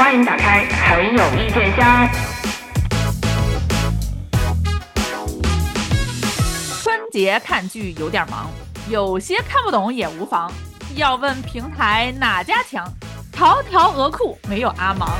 欢迎打开很有意见箱。 春节看剧有点忙，有些看不懂也无妨。要问平台哪家强？条条鹅裤没有阿芒。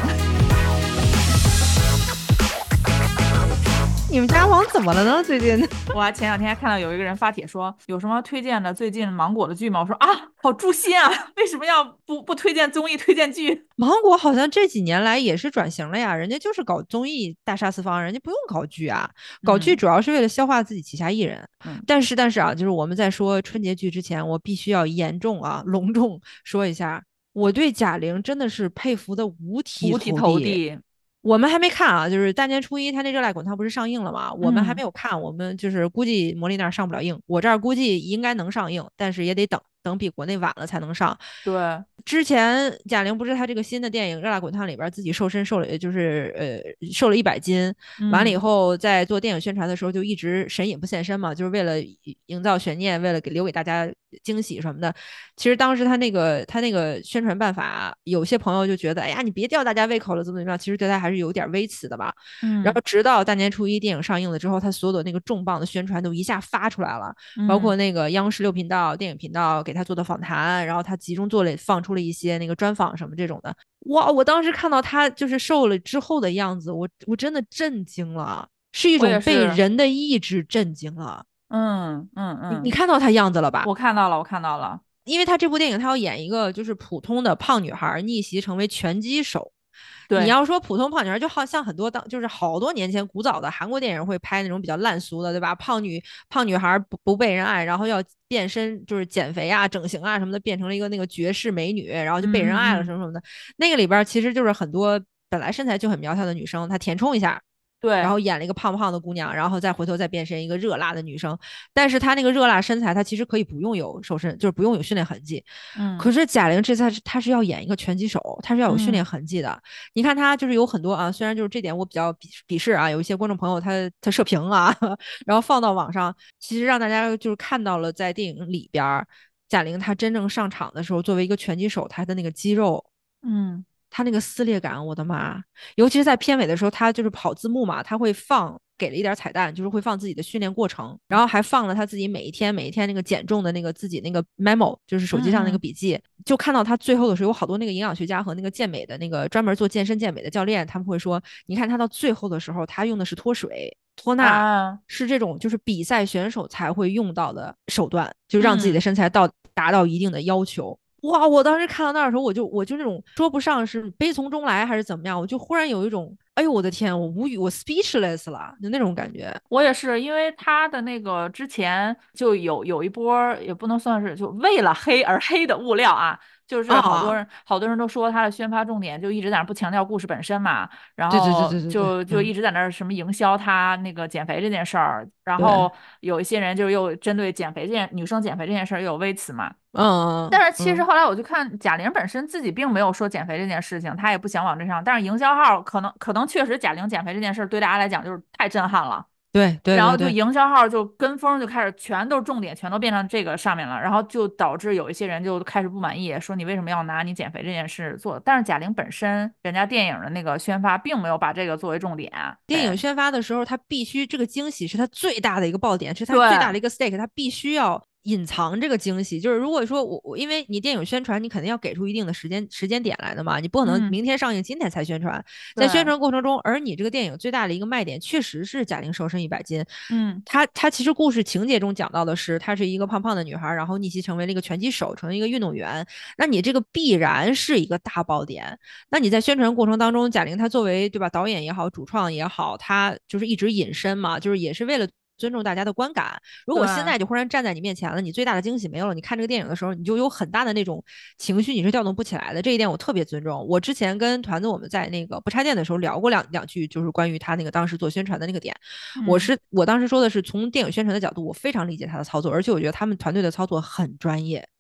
你们家王怎么了呢？最近我前两天还看到有一个人发帖说，有什么推荐的最近芒果的剧吗？我说啊，好诛心啊！为什么要不推荐综艺，推荐剧？ 芒果好像这几年来也是转型了呀，人家就是搞综艺大杀四方，人家不用搞剧啊，搞剧主要是为了消化自己旗下艺人。但是啊，就是我们在说春节剧之前，我必须要严重隆重说一下，我对贾玲真的是佩服的五体投地。我们还没看啊，就是大年初一他那热辣滚烫不是上映了吗？我们还没有看，我们就是估计魔力那儿上不了映，我这儿估计应该能上映，但是也得等比国内晚了才能上。 对， 之前贾玲不是她这个新的电影《热辣滚烫》里边自己瘦身瘦了，就是瘦了100斤，完了以后在做电影宣传的时候就一直神隐不现身嘛，就是为了营造悬念，为了留给大家惊喜什么的。其实当时他那个宣传办法，有些朋友就觉得，哎呀，你别吊大家胃口了，怎么样？其实对他还是有点微词的吧。然后直到大年初一电影上映了之后，他所有的那个重磅的宣传都一下发出来了，包括那个央视6频道电影频道给他做的访谈，然后他集中放出了一些那个专访什么这种的。哇，我当时看到他就是瘦了之后的样子，我真的震惊了，是一种被人的意志震惊了。你看到他样子了吧？ 我看到了。 因为他这部电影他要演一个就是普通的胖女孩逆袭成为拳击手。你要说普通胖女孩，就好像很多就是好多年前古早的韩国电影会拍那种比较烂俗的，对吧？胖女孩不被人爱，然后要变身，就是减肥啊、整形啊什么的，变成了一个那个绝世美女，然后就被人爱了什么什么的。那个里边其实就是很多本来身材就很苗条的女生，她填充一下。 对， 然后演了一个胖胖的姑娘，然后再回头再变身一个热辣的女生。但是她那个热辣身材，她其实可以不用有瘦身，就是不用有训练痕迹。可是贾玲这次她是要演一个拳击手，她是要有训练痕迹的。你看她就是有很多啊，虽然就是这点我比较鄙视啊，有一些观众朋友他射频啊，然后放到网上，其实让大家就是看到了在电影里边贾玲她真正上场的时候，作为一个拳击手，她的那个肌肉，他那个撕裂感，我的妈！尤其是在片尾的时候，他就是跑字幕嘛，他会给了一点彩蛋，就是会放自己的训练过程，然后还放了他自己每一天那个减重的那个自己那个 memo， 就是手机上那个笔记。就看到他最后的时候，有好多那个营养学家和那个健美的那个专门做健身健美的教练，他们会说，你看他到最后的时候，他用的是脱水。托纳是这种就是比赛选手才会用到的手段，就让自己的身材达到一定的要求。哇！我当时看到那儿的时候，我就那种说不上是悲从中来还是怎么样，我就忽然有一种，哎呦我的天，我无语，我 speechless 了，就那种感觉。 我也是，因为他的那个之前就有一波，也不能算是就为了黑而黑的物料啊。就是好多人都说他的宣发重点就一直在那不强调故事本身嘛，然后就一直在那什么营销他那个减肥这件事儿，然后有一些人就又针对女生减肥这件事儿又有微词嘛。但是其实后来我就看贾玲本身自己并没有说减肥这件事情，她也不想往这上，但是营销号可能确实贾玲减肥这件事对大家来讲就是太震撼了。 对， 然后就营销号就跟风就开始全都是重点，全都变成这个上面了，然后就导致有一些人就开始不满意，说你为什么要拿你减肥这件事做？但是贾玲本身人家电影的那个宣发并没有把这个作为重点。 电影宣发的时候，他必须这个惊喜是他最大的一个爆点，是他最大的一个 stake，他必须要隐藏这个惊喜。就是如果说我因为你电影宣传，你肯定要给出一定的时间点来的嘛，你不可能明天上映今天才宣传。在宣传过程中，而你这个电影最大的一个卖点确实是贾玲瘦身100斤。他其实故事情节中讲到的是，她是一个胖胖的女孩，然后逆袭成为了一个拳击手，成为一个运动员。那你这个必然是一个大爆点。那你在宣传过程当中，贾玲她作为对吧导演也好，主创也好，她就是一直隐身嘛，就是也是为了尊重大家的观感。如果现在就忽然站在你面前了，你最大的惊喜没有了，你看这个电影的时候，你就有很大的那种情绪，你是调动不起来的。这一点我特别尊重。我之前跟团子我们在那个不插电的时候聊过两句，就是关于他那个当时做宣传的那个点。我当时说的是从电影宣传的角度，我非常理解他的操作，而且我觉得他们团队的操作很专业。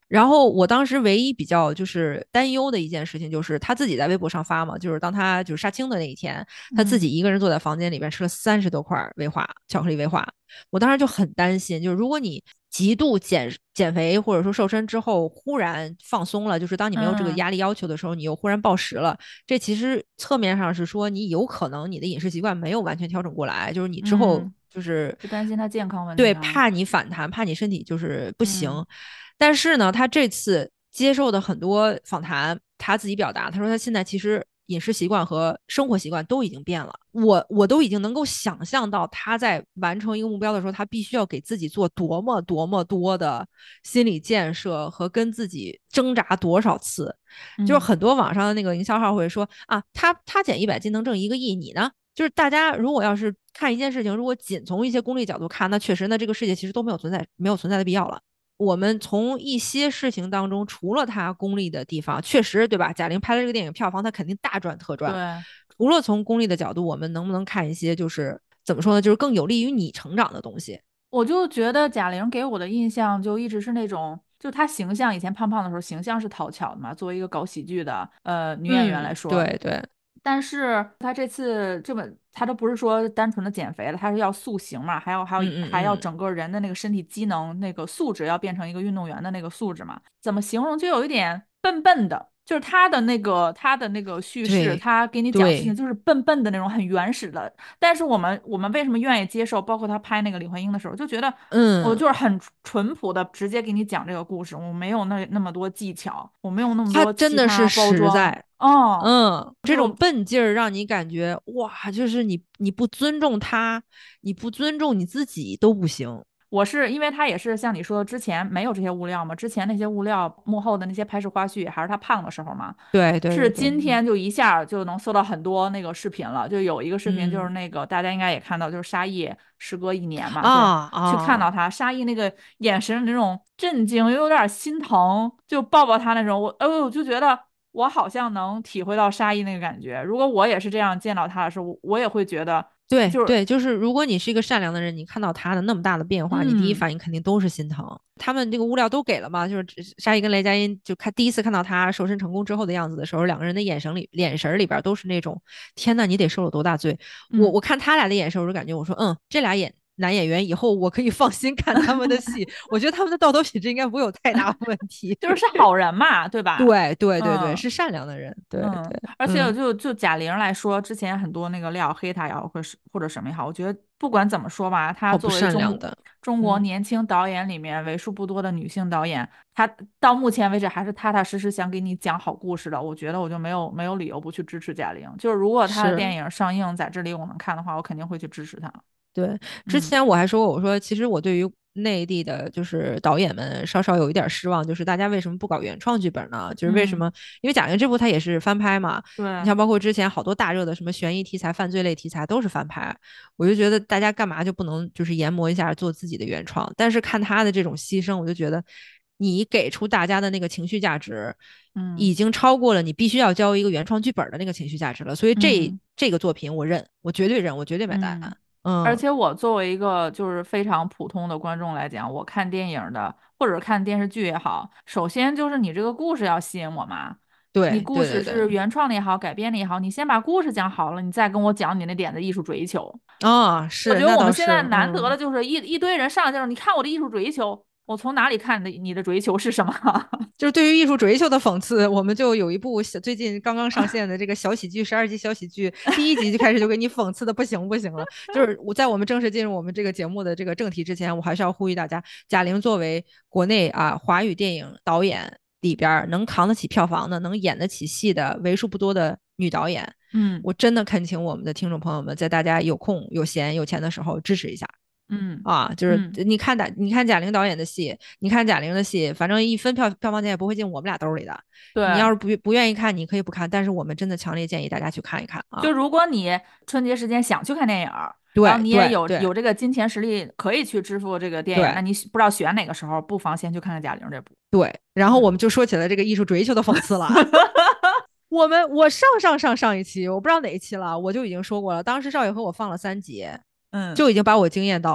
然后我当时唯一比较就是担忧的一件事情，就是他自己在微博上发嘛，就是当他就是杀青的那一天，他自己一个人坐在房间里边吃了30多块巧克力威化，我当时就很担心，就是如果你极度减肥或者说瘦身之后忽然放松了，就是当你没有这个压力要求的时候，你又忽然暴食了，这其实侧面上是说你有可能你的饮食习惯没有完全调整过来，就是你之后就是担心他健康问题， 对，怕你反弹，怕你身体就是不行。但是呢，他这次接受的很多访谈，他自己表达，他说他现在其实饮食习惯和生活习惯都已经变了。我都已经能够想象到他在完成一个目标的时候，他必须要给自己做多么多么多的心理建设和跟自己挣扎多少次。就是很多网上的那个营销号会说啊，他减100斤能挣1个亿，你呢？就是大家如果要是看一件事情，如果仅从一些功利角度看，那确实，那这个世界其实都没有存在的必要了。我们从一些事情当中，除了它功利的地方，确实对吧？贾玲拍了这个电影，票房它肯定大赚特赚。 对， 除了从功利的角度，我们能不能看一些就是怎么说呢？就是更有利于你成长的东西？ 我就觉得贾玲给我的印象就一直是那种，就她形象以前胖胖的时候形象是讨巧的嘛，作为一个搞喜剧的女演员来说， 对对。 但是她这次这么，她都不是说单纯的减肥了，她是要塑形嘛，还要整个人的那个身体机能那个素质要变成一个运动员的那个素质嘛，怎么形容就有一点笨笨的。就是他的那个叙事，他给你讲事情就是笨笨的那种，很原始的。但是我们为什么愿意接受？包括他拍那个李焕英的时候，就觉得，我就是很淳朴的，直接给你讲这个故事，我没有那么多技巧，我没有那么多真的是包装。 实在。这种笨劲儿让你感觉哇，就是你不尊重他，你不尊重你自己都不行。 我是因为他也是像你说之前没有这些物料嘛，之前那些物料幕后的那些拍摄花絮还是他胖的时候嘛， 对， 是今天就一下就能搜到很多那个视频了，就有一个视频就是那个大家应该也看到，就是沙溢时隔1年嘛，就去看到他沙溢那个眼神那种震惊又有点心疼，就抱抱他那种，我就觉得我好像能体会到沙溢那个感觉，如果我也是这样见到他的时候，我也会觉得。 对，就是如果你是一个善良的人，你看到他的那么大的变化，你第一反应肯定都是心疼。他们这个物料都给了嘛，就是沙溢跟雷佳音就第一次看到他瘦身成功之后的样子的时候，两个人的眼神里边都是那种天呐，你得受了多大罪。我看他俩的眼神，我就感觉我说这俩男演员以后我可以放心看他们的戏，我觉得他们的道德品质应该不会有太大问题， 就是好人嘛，对吧？ 对，是善良的人，对。 而且就贾玲来说，之前很多那个料黑她也好，或者什么也好，我觉得不管怎么说吧，她作为中国年轻导演里面为数不多的女性导演，她到目前为止还是踏踏实实想给你讲好故事的。我觉得我就没有理由不去支持贾玲，就是如果她的电影上映在这里我能看的话，我肯定会去支持她。 对，之前我还说过，我说其实我对于内地的就是导演们稍稍有一点失望，就是大家为什么不搞原创剧本呢？就是为什么？因为贾玲这部它也是翻拍嘛， 对， 你像包括之前好多大热的什么悬疑题材、犯罪类题材都是翻拍，我就觉得大家干嘛就不能就是研磨一下做自己的原创？但是看他的这种牺牲，我就觉得你给出大家的那个情绪价值，已经超过了你必须要交一个原创剧本的那个情绪价值了。所以这个作品我认，我绝对认，我绝对买单。 而且我作为一个就是非常普通的观众来讲，我看电影的或者看电视剧也好，首先就是你这个故事要吸引我嘛。 对， 你故事是原创的也好，改编的也好，你先把故事讲好了，你再跟我讲你那点的艺术追求。 是。 我觉得我们现在难得的就是一堆人上来就是你看我的艺术追求。我从哪里看你的追求是什么？ 就是对于艺术追求的讽刺，我们就有一部最近刚刚上线的这个小喜剧12集小喜剧，第1集就开始就给你讽刺的不行了。就是在我们正式进入我们这个节目的这个正题之前，我还是要呼吁大家，贾玲作为国内华语电影导演里边能扛得起票房的、能演得起戏的为数不多的女导演，我真的恳请我们的听众朋友们，在大家有空、有闲、有钱的时候支持一下。就是你看贾玲导演的戏，你看贾玲的戏，反正一分票房钱也不会进我们俩兜里的。 对， 你要是不愿意看，你可以不看，但是我们真的强烈建议大家去看一看啊。 就如果你春节时间想去看电影， 对， 然后你也有这个金钱实力可以去支付这个电影，那你不知道选哪个时候，不妨先去看看贾玲这部。 对，然后我们就说起了这个艺术追求的讽刺了。我上一期我不知道哪一期了，我就已经说过了，当时少爷和我放了3集。就已经把我惊艳到了。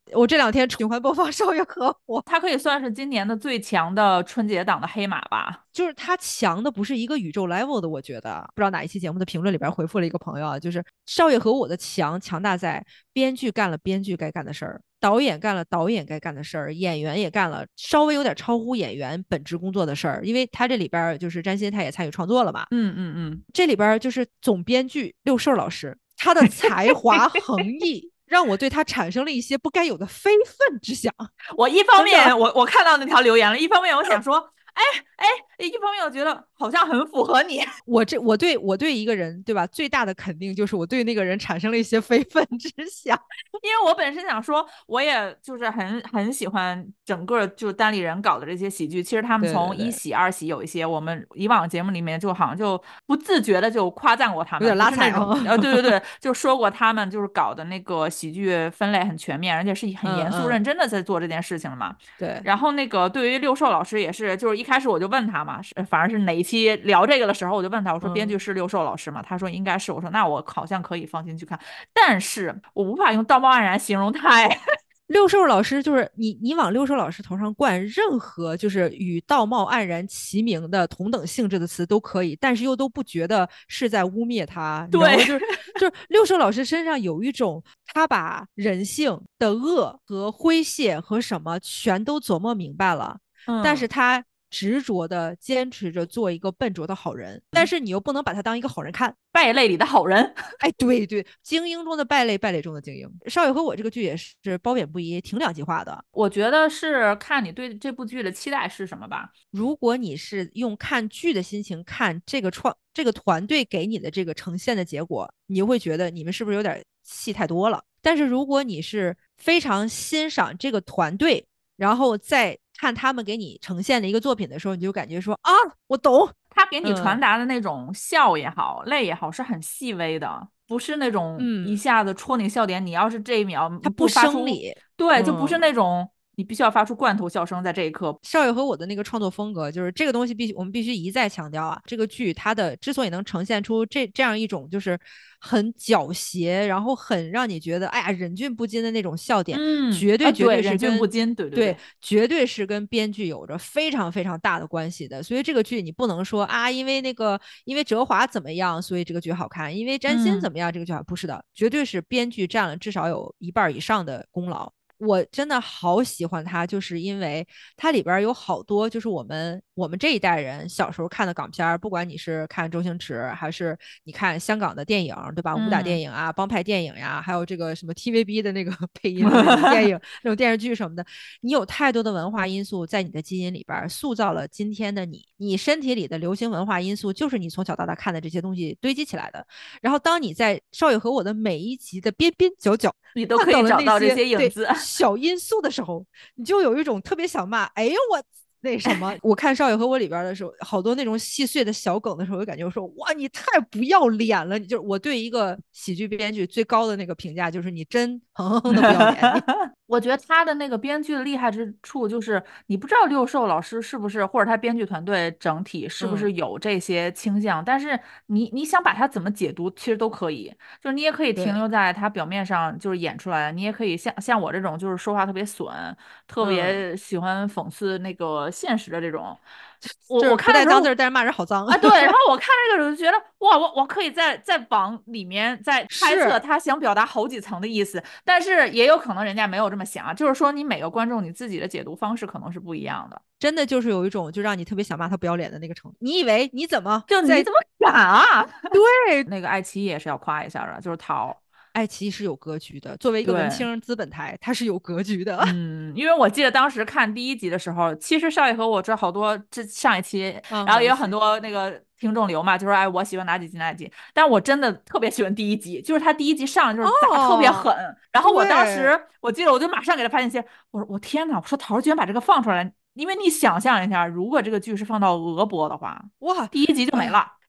我这2天循环播放《少爷和我》， 它可以算是今年的最强的春节档的黑马吧。 就是它强的不是一个宇宙 level 的，我觉得不知道哪一期节目的评论里边回复了一个朋友啊，就是《少爷和我》的强大在编剧干了编剧该干的事儿，导演干了导演该干的事儿，演员也干了稍微有点超乎演员本职工作的事儿，因为他这里边就是詹鑫他也参与创作了嘛，这里边就是总编剧六兽老师，他的才华横溢。让我对他产生了一些不该有的非分之想。 我一方面我看到那条留言了，一方面我想说，一方面我觉得好像很符合你。 我对一个人，对吧？最大的肯定就是我对那个人产生了一些非分之想， 因为我本身想说，我也就是很喜欢整个就是单立人搞的这些喜剧。其实他们从一喜、二喜有一些，我们以往节目里面就好像就不自觉的就夸赞过他们， 有点拉踩对，就说过他们就是搞的那个喜剧分类很全面，而且是很严肃认真的在做这件事情嘛。 对。 然后那个对于六兽老师也是，就是一开始我就问他嘛，反正是哪一期聊这个的时候，我就问他，我说编剧是六兽老师吗？他说应该是。我说那我好像可以放心去看，但是我无法用道貌岸然形容他。 六兽老师就是你往六兽老师头上灌任何就是与道貌岸然齐名的同等性质的词都可以，但是又都不觉得是在污蔑他。 对， 就是六兽老师身上有一种他把人性的恶和诙谐和什么全都琢磨明白了，但是他执着的坚持着做一个笨拙的好人，但是你又不能把他当一个好人看， 败类里的好人。 哎，对，精英中的败类，败类中的精英。少爷和我这个剧也是褒贬不一，挺两极化的。 我觉得是看你对这部剧的期待是什么吧。 如果你是用看剧的心情看这个团队给你的这个呈现的结果，你会觉得你们是不是有点戏太多了？但是如果你是非常欣赏这个团队，然后再看他们给你呈现的一个作品的时候，你就感觉说啊，我懂。 他给你传达的那种笑也好，泪也好，是很细微的，不是那种一下子戳你笑点。你要是这一秒他不生理， 对，就不是那种你必须要发出罐头笑声在这一刻。 少爷和我的那个创作风格，就是这个东西我们必须一再强调啊。这个剧它的之所以能呈现出这样一种就是很狡黠，然后很让你觉得哎呀忍俊不禁的那种笑点，绝对是忍俊不禁，对， 绝对是跟编剧有着非常非常大的关系的。所以这个剧你不能说啊，因为哲华怎么样，所以这个剧好看；因为詹鑫怎么样，这个剧好看。不是的，绝对是编剧占了至少有1半以上的功劳。我真的好喜欢它，就是因为它里边有好多就是我们这一代人小时候看的港片，不管你是看周星驰还是你看香港的电影，对吧？武打电影啊，帮派电影呀，还有这个什么 TVB 的那个配音的那种电影、那种电视剧什么的，你有太多的文化因素在你的基因里边塑造了今天的你。你身体里的流行文化因素就是你从小到大看的这些东西堆积起来的。然后当你在少爷和我的每一集的边边角角， 你都可以找到这些影子。 小因素的时候，你就有一种特别想骂，哎呦我那什么！我看《少爷和我》里边的时候，好多那种细碎的小梗的时候，我就感觉说，哇，你太不要脸了！就是我对一个喜剧编剧最高的那个评价，就是你真哼的不要脸。 我觉得他的那个编剧的厉害之处，就是你不知道六兽老师是不是，或者他编剧团队整体是不是有这些倾向，但是你想把它怎么解读，其实都可以。就是你也可以停留在他表面上就是演出来，你也可以像我这种就是说话特别损，特别喜欢讽刺那个现实的这种。我看不带脏字，但是骂人好脏啊！对，然后我看这个时候就觉得，哇，我可以再往里面再猜测他想表达好几层的意思，但是也有可能人家没有这么想，就是说你每个观众你自己的解读方式可能是不一样的。 真的就是有一种就让你特别想骂他不要脸的那个程度。你以为你怎么敢啊？ 对， 那个爱奇艺也是要夸一下的，就是陶。 爱奇艺是有格局的，作为一个文青资本台，它是有格局的。 因为我记得当时看第1集的时候，其实少爷和我这好多上一期，然后也有很多那个听众留嘛，就说哎我喜欢哪几集哪几集，但我真的特别喜欢第1集，就是他第1集上来就是打特别狠，然后我当时我记得我就马上给他发信息，我天哪，我说桃居然把这个放出来，因为你想象一下，如果这个剧是放到俄播的话， 哇， 第1集就没了。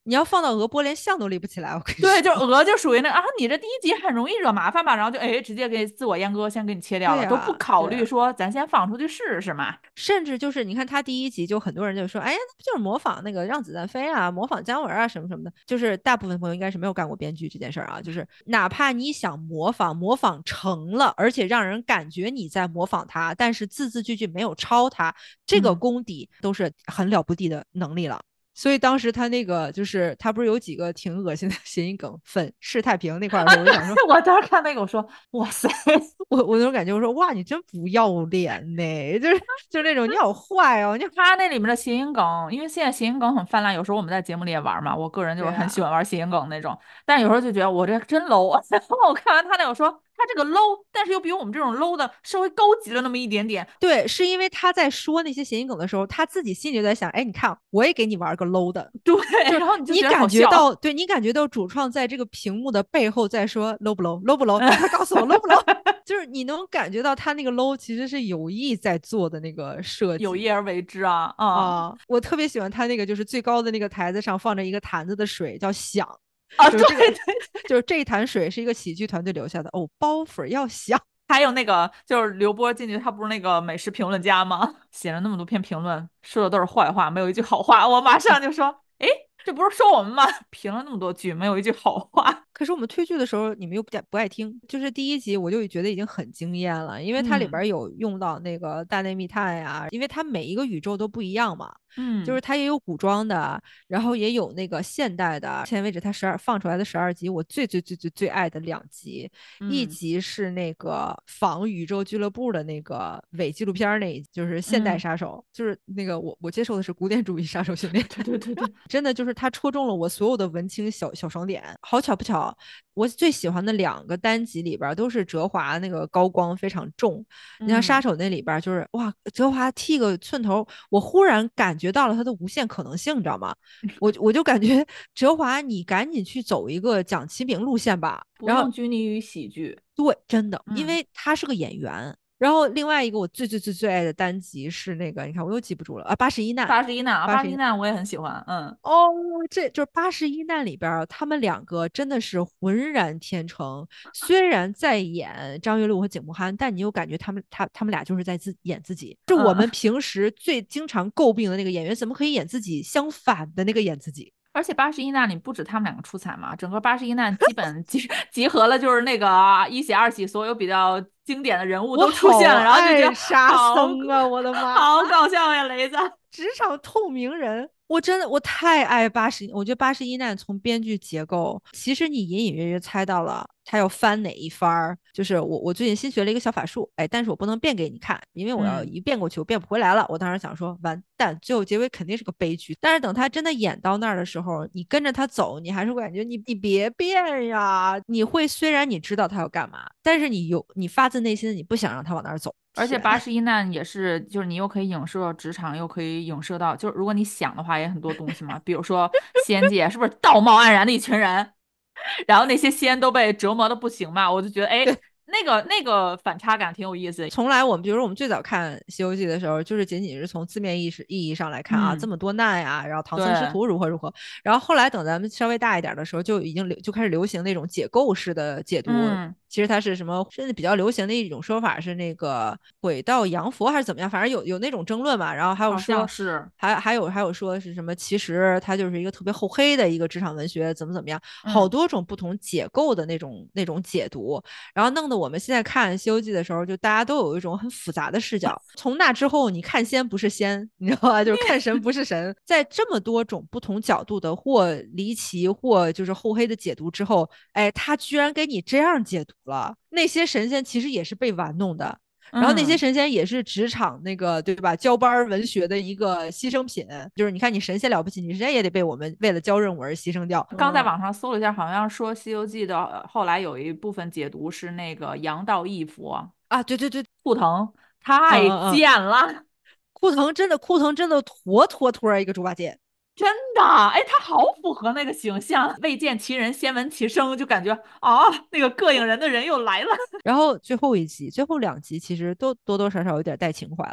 你要放到鹅波连像都立不起来，我跟你说。 对，就鹅就属于那啊，你这第一集很容易惹麻烦吧，然后就直接给自我阉割，先给你切掉了，都不考虑说咱先放出去试试嘛。 甚至就是你看他第一集就很多人就说，哎呀，那不就是模仿那个让子弹飞啊，模仿姜文啊什么什么的，就是大部分朋友应该是没有干过编剧这件事儿啊，就是哪怕你想模仿成了，而且让人感觉你在模仿他，但是字字句句没有抄他，这个功底都是很了不地的能力了。所以当时他那个就是他不是有几个挺恶心的谐音梗，粉饰太平那块的时候，我就想说， 我当时看那个我说哇塞， 我那种感觉，我说哇，你真不要脸呢，就是那种你好坏哦。 他那里面的谐音梗，因为现在谐音梗很泛滥，有时候我们在节目里也玩嘛，我个人就是很喜欢玩谐音梗那种，但有时候就觉得我这真 low。然后我看完他那，我说他这个 low，但是又比我们这种 low 的稍微高级了那么一点点。 对，是因为他在说那些谐音梗的时候，他自己心里就在想，哎，你看，我也给你玩个 low 的。 对，然后你感觉到，对你感觉到主创在这个屏幕的背后在说 low 不 low，low 不 low，快告诉我 low 不 low。就是你能感觉到他那个 low 其实是有意在做的那个设计， 有意而为之啊我特别喜欢他那个，就是最高的那个台子上放着一个坛子的水，叫响。 就是这个， 就是这一坛水是一个喜剧团队留下的哦，包粉要响。 还有那个就是刘波进去，他不是那个美食评论家吗？写了那么多篇评论，说的都是坏话，没有一句好话。我马上就说，哎，这不是说我们吗？评了那么多句，没有一句好话。 可是我们推剧的时候，你们又不爱听。就是第一集我就觉得已经很惊艳了，因为它里边有用到那个大内密探呀，因为它每一个宇宙都不一样嘛。就是它也有古装的，然后也有那个现代的。目前为止，它放出来的12集，我最爱的2集，一集是那个仿宇宙俱乐部的那个伪纪录片那一集，就是现代杀手，就是那个我接受的是古典主义杀手训练。 对， 真的就是它戳中了我所有的文青小爽点。好巧不巧，我最喜欢的2个单集里边都是哲华那个高光非常重。你像杀手那里边就是哇，哲华剃个寸头，我忽然感觉到了他的无限可能性，你知道吗？我就感觉哲华，你赶紧去走一个蒋奇明路线吧， 不用拘泥于喜剧。 对，真的，因为他是个演员。然后另外一个我最爱的单集是那个，你看我又记不住了啊，81难。 81难我也很喜欢。 哦，这就是81难里边他们2个真的是浑然天成。虽然在演张月露和景慕憨，但你又感觉他们俩就是在演自己。是我们平时最经常诟病的那个演员，怎么可以演自己相反的那个演自己？ 而且81难里不止他们2个出彩嘛，整个81难基本集合了就是那个一喜二喜所有比较经典的人物都出现了，然后就觉得沙僧啊，我的妈， 好搞笑呀，雷子， 职场透明人。我太爱我觉得81难从编剧结构，其实你隐隐约约猜到了他要翻哪一番儿。就是我最近新学了一个小法术，但是我不能变给你看，因为我要一变过去我变不回来了。我当时想说完蛋，最后结尾肯定是个悲剧。但是等他真的演到那儿的时候，你跟着他走，你还是会感觉你别变呀。你会虽然你知道他要干嘛，但是你发自内心的你不想让他往那儿走。 而且81难也是，就是你又可以影射到职场，又可以影射到，就是如果你想的话，也很多东西嘛。比如说仙界是不是道貌岸然的一群人，然后那些仙都被折磨的不行嘛，我就觉得那个反差感挺有意思的。 从来比如说我们最早看《西游记》的时候，就是仅仅是从字面意义上来看啊，这么多难呀，然后唐僧师徒如何如何。然后后来等咱们稍微大一点的时候，就开始流行那种解构式的解读。其实它是什么？甚至比较流行的一种说法是那个毁道扬佛还是怎么样？反正有那种争论嘛。然后还有说是还有说是什么？其实它就是一个特别厚黑的一个职场文学，怎么样？好多种不同解构的那种解读，然后弄得我们现在看《西游记》的时候，就大家都有一种很复杂的视角。从那之后，你看仙不是仙，你知道吧？就是看神不是神。在这么多种不同角度的或离奇或就是厚黑的解读之后，他居然给你这样解读了。那些神仙其实也是被玩弄的，然后那些神仙也是职场那个对吧？交班文学的一个牺牲品。就是你看你神仙了不起，你神仙也得被我们为了交任务而牺牲掉。 刚在网上搜了一下，好像说《西游记》的后来有一部分解读是那个杨道义佛啊，对， 库腾太贱了， 库腾真的坨一个猪八戒。 真的，他好符合那个形象，未见其人先闻其声，就感觉那个膈应人的人又来了。 然后最后2集其实都多多少少有点带情怀了。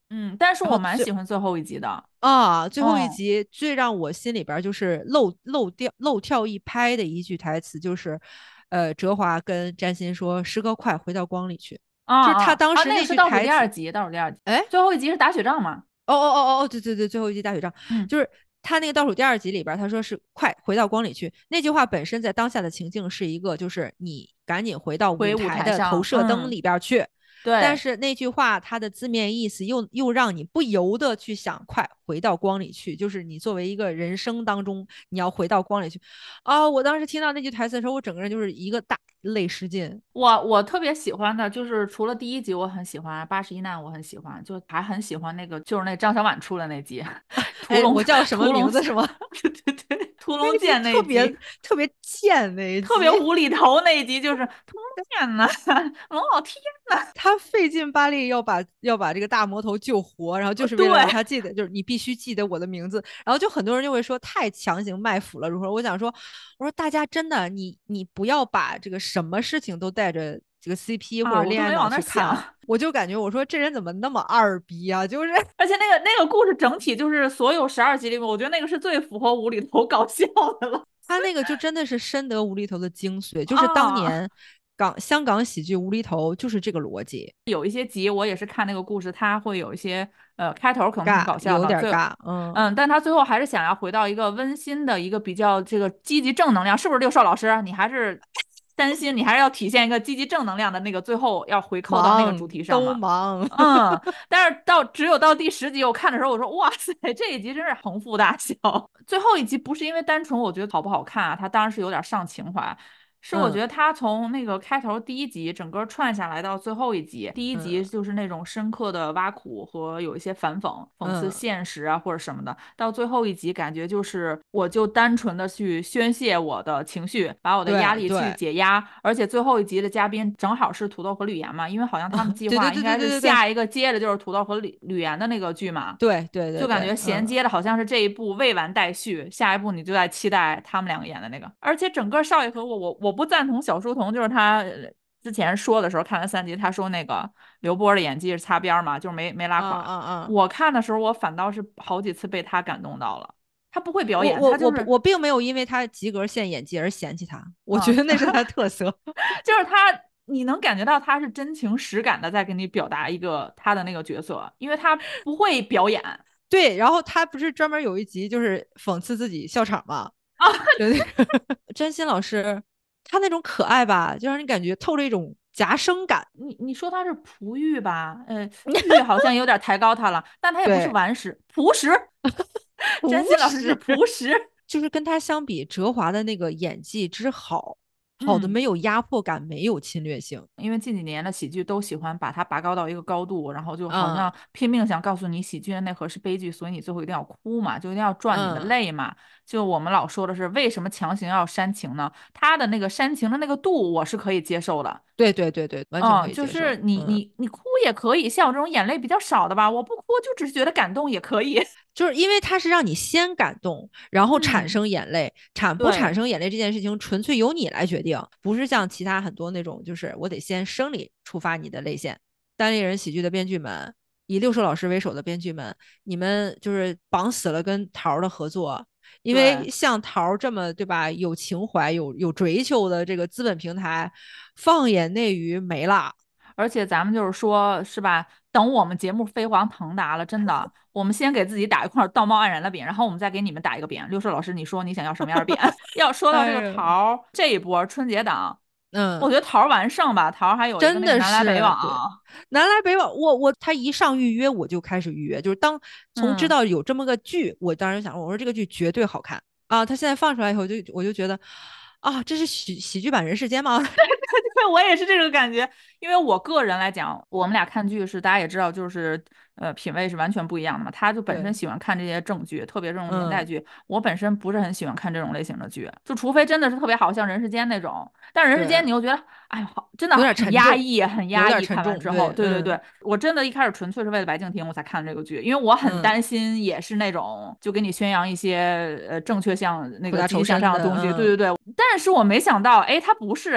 但是我然后蛮喜欢最后一集的最后一集最让我心里边就是漏跳一拍的一句台词就是，哲华跟占星说：“师哥，快回到光里去。”就是他当时那个是句倒数第二台词， 集，倒数第二集， 哎， 最后一集是打雪仗嘛？ 对对对，最后一集打雪仗， 嗯， 就是他那个倒数第二集里边，他说是快回到光里去。那句话本身在当下的情境是一个，就是你赶紧回到回舞台的投台上， 射灯里边去。但对。 是那句话它的字面意思又让你不由得去想，快回到光里去，就是你作为一个人生当中，你要回到光里去。我当时听到那句台词的时候，我整个人就是一个大泪失禁。 我特别喜欢的就是除了第一集我很喜欢81难我很喜欢，就还很喜欢那个就是那张小婉出的那集屠龙我叫什么名字是吗？ 对对对，屠龙剑那一集特别贱那一集， 特别无厘头那一集，就是屠龙剑呐，龙老天呐， 他费劲巴力要把这个大魔头救活，然后就是为了让他记得，就是你必须记得我的名字。然后就很多人就会说太强行卖腐了如何？我想说，我说大家真的你不要把这个什么事情都带着这个 CP 或者恋爱脑去看。我就感觉我说这人怎么那么二逼啊？就是而且那个故事整体就是所有12集里面，我觉得那个是最符合无厘头搞笑的了。 他那个就真的是深得无厘头的精髓，就是当年香港喜剧无厘头就是这个逻辑。 有一些集我也是看那个故事，它会有一些开头可能挺搞笑的， 有点尬， 但他最后还是想要回到一个温馨的一个比较这个积极正能量，是不是六少老师？你还是担心你还是要体现一个积极正能量的那个，最后要回扣到那个主题上嘛？ 都忙， 但是只有到第10集我看的时候，我说哇塞，这一集真是横幅大笑。最后一集不是因为单纯我觉得好不好看啊，它当然是有点上情怀。是我觉得他从那个开头第一集整个串下来到最后一集，第一集就是那种深刻的挖苦和有一些反讽、讽刺现实啊或者什么的，到最后一集感觉就是我就单纯的去宣泄我的情绪，把我的压力去解压。而且最后一集的嘉宾正好是土豆和吕岩嘛，因为好像他们计划应该是下一个接着就是土豆和吕岩的那个剧嘛， 对， 就感觉衔接的好像是这一部未完待续，下一部你就在期待他们两个演的那个。而且整个少爷和我不赞同小书童，就是他之前说的时候看完3集，他说那个刘波的演技是擦边嘛，就是没拉垮。我看的时候我反倒是好几次被他感动到了。他不会表演，他就是我并没有因为他及格线演技而嫌弃他，我觉得那是他的特色， 就是他你能感觉到他是真情实感的在给你表达一个他的那个角色，因为他不会表演。 对，然后他不是专门有一集就是讽刺自己笑场吗？对，詹鑫老师他那种可爱吧，就让你感觉透着一种夹生感。 你说他是璞玉吧？玉好像有点抬高他了，但他也不是顽石，朴实。詹鑫老师是朴实， 就是跟他相比，哲华的那个演技之好。好的没有压迫感，没有侵略性。 因为近几年的喜剧都喜欢把它拔高到一个高度，然后就好像拼命想告诉你喜剧的内核是悲剧，所以你最后一定要哭嘛，就一定要赚你的泪嘛。就我们老说的是，为什么强行要煽情呢？他的那个煽情的那个度，我是可以接受的。 对，完全可以接受。 就是你哭也可以，像我这种眼泪比较少的吧，我不哭就只是觉得感动也可以。 就是因为它是让你先感动，然后产生眼泪，不产生眼泪这件事情纯粹由你来决定，不是像其他很多那种，就是我得先生理触发你的泪腺。单立人喜剧的编剧们，以六兽老师为首的编剧们，你们就是绑死了跟桃的合作，因为像桃这么对吧，有情怀、有追求的这个资本平台，放眼内娱没了。 而且咱们就是说，是吧？等我们节目飞黄腾达了，真的，我们先给自己打一块道貌岸然的匾，然后我们再给你们打一个匾。六兽老师，你说你想要什么样的匾？要说到这个桃这一波春节档，我觉得桃完胜吧，桃还有一个那个南来北往， 南来北往，他一上预约我就开始预约，就是从知道有这么个剧，我当时想，我说这个剧绝对好看啊！他现在放出来以后，我就觉得。这是喜剧版人世间吗？ 对，我也是这个感觉。因为我个人来讲，我们俩看剧是大家也知道，就是品味是完全不一样的嘛。他就本身喜欢看这些正剧，特别这种年代剧。我本身不是很喜欢看这种类型的剧，就除非真的是特别好，像人世间那种。但人世间你又觉得，哎呦，真的很压抑，很压抑。看完之后，对，我真的一开始纯粹是为了白敬亭我才看这个剧，因为我很担心也是那种就给你宣扬一些正确向那个积极向上的东西。对。但是我没想到，哎，他不是哎。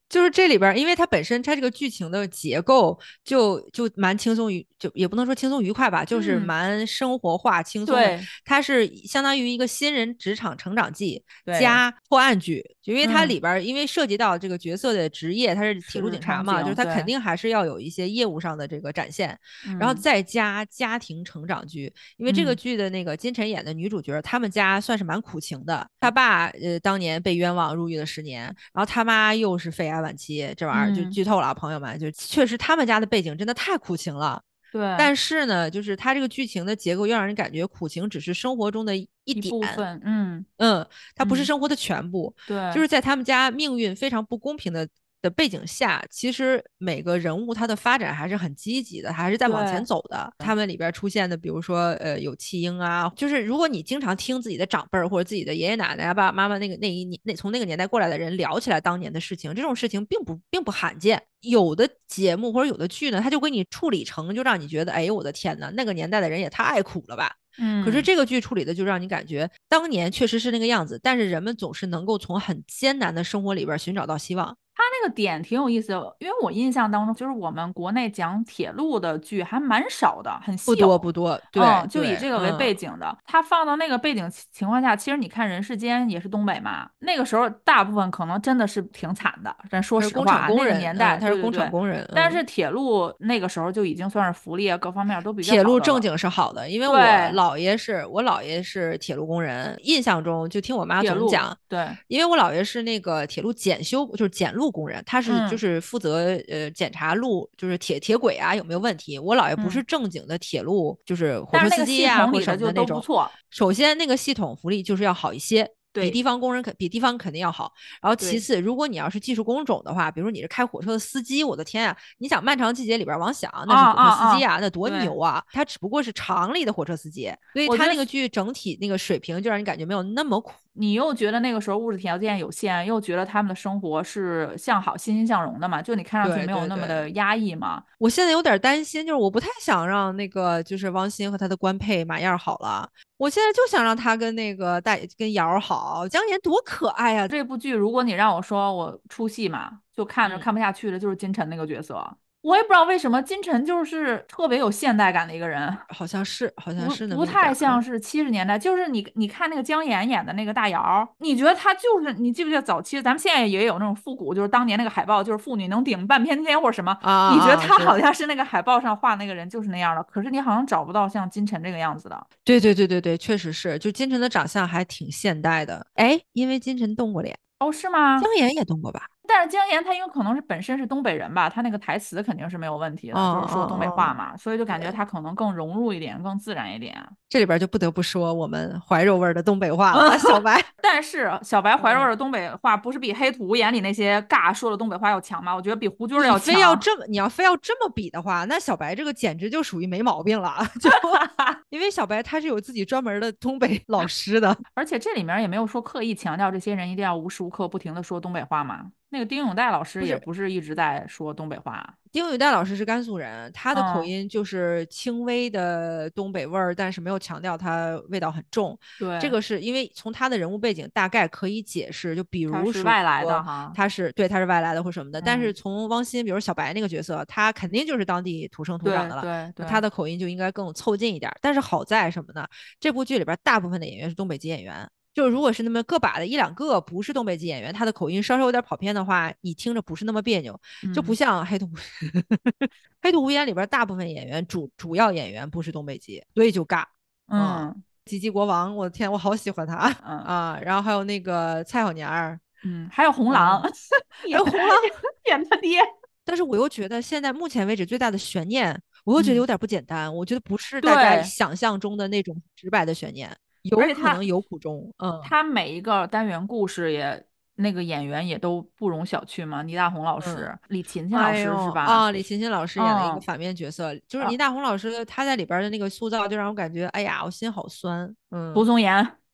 就是这里边，因为它本身它这个剧情的结构就蛮轻松就也不能说轻松愉快吧，就是蛮生活化轻松的。它是相当于一个新人职场成长记加破案剧，就因为它里边因为涉及到这个角色的职业，它是铁路警察嘛，就是它肯定还是要有一些业务上的这个展现，然后再加家庭成长剧。因为这个剧的那个金晨演的女主角，他们家算是蛮苦情的，他爸当年被冤枉入狱了10年，然后他妈又是肺癌晚期，这玩意儿就剧透了，朋友们，就确实他们家的背景真的太苦情了。 对， 但是呢，就是他这个剧情的结构又让人感觉苦情只是生活中的一部分， 它不是生活的全部。 对， 就是在他们家命运非常不公平的背景下，其实每个人物他的发展还是很积极的，还是在往前走的。他们里边出现的，比如说有弃婴啊，就是如果你经常听自己的长辈或者自己的爷爷奶奶、爸爸妈妈从那个年代过来的人聊起来当年的事情，这种事情并不罕见。有的节目或者有的剧呢，他就给你处理成，就让你觉得，哎，我的天哪，那个年代的人也太苦了吧。可是这个剧处理的就让你感觉当年确实是那个样子，但是人们总是能够从很艰难的生活里边寻找到希望。 他那个点挺有意思的，因为我印象当中，就是我们国内讲铁路的剧还蛮少的，很稀有， 不多，对， 就以这个为背景的。他放到那个背景情况下，其实你看《人世间》也是东北嘛，那个时候大部分可能真的是挺惨的，咱说实话，那个年代他是工厂工人， 但是铁路那个时候就已经算是福利啊各方面都比较好的了。 铁路正经是好的，因为我姥爷是铁路工人，印象中就听我妈总讲， 对， 因为我姥爷是那个铁路检修，就是检路工人，他是就是负责检查路，就是铁轨啊有没有问题。我姥爷不是正经的铁路，就是火车司机啊或什么的那种。首先那个系统福利就是要好一些。比地方肯定要好。然后其次，如果你要是技术工种的话，比如你是开火车的司机，我的天啊，你想漫长季节里边往想，那是火车司机啊，那多牛啊！他只不过是厂里的火车司机，所以他那个剧整体那个水平就让你感觉没有那么苦。 你又觉得那个时候物质条件有限，又觉得他们的生活是向好、欣欣向荣的嘛？就你看上去没有那么的压抑嘛？ 我现在有点担心，就是我不太想让那个就是汪鑫和他的官配马燕好了，我现在就想让他跟那个跟瑶好，姜妍多可爱啊！ 这部剧如果你让我说我出戏嘛，就看着看不下去的就是金晨那个角色。我也不知道为什么金晨就是特别有现代感的一个人， 好像是不太像是70年代。就是你看那个姜妍演的那个大姚，你觉得他就是你记不记得早期咱们现在也有那种复古，就是当年那个海报就是妇女能顶半边天或者什么，你觉得他好像是那个海报上画那个人就是那样的，可是你好像找不到像金晨这个样子的。 对，确实是，就金晨的长相还挺现代的。哎，因为金晨动过脸。 哦，是吗？ 姜妍也动过吧？ 但是姜妍她因为可能是本身是东北人吧，她那个台词肯定是没有问题的，就是说东北话嘛，所以就感觉她可能更融入一点，更自然一点。 这里边就不得不说我们怀柔味的东北话了，小白。 但是小白怀柔味的东北话不是比黑土眼里那些尬说的东北话要强吗？我觉得比胡军要强。 你要非要这么比的话，那小白这个简直就属于没毛病了。就因为小白他是有自己专门的东北老师的， 而且这里面也没有说刻意强调这些人一定要无时无刻不停的说东北话嘛。那个丁永岱老师也不是一直在说东北话。 丁永岱老师是甘肃人，他的口音就是轻微的东北味儿，但是没有强调他味道很重。 对， 这个是因为从他的人物背景大概可以解释，就比如说他是外来的哈， 他是外来的或什么的。但是从汪鑫，比如小白那个角色，他肯定就是当地土生土长的了， 对， 他的口音就应该更凑近一点。但是好在什么呢？这部剧里边大部分的演员是东北籍演员。就如果是那么个把的1-2个不是东北籍演员，他的口音稍稍有点跑偏的话，你听着不是那么别扭，就不像黑土黑土无言里边大部分演员主要演员不是东北籍，所以就尬。吉吉国王，我的天，我好喜欢他啊！然后还有那个蔡小年儿， 还有红狼， 还有红狼演他爹。 但是我又觉得现在目前为止最大的悬念，我又觉得有点不简单。我觉得不是大家想象中的那种直白的悬念。有可能有苦衷， 他每一个单元故事也那个演员也都不容小觑嘛。倪大红老师、李勤勤老师是吧？ 李勤勤老师演了一个反面角色，就是倪大红老师他在里边的那个塑造，就让我感觉，哎呀，我心好酸。 蒲松岩，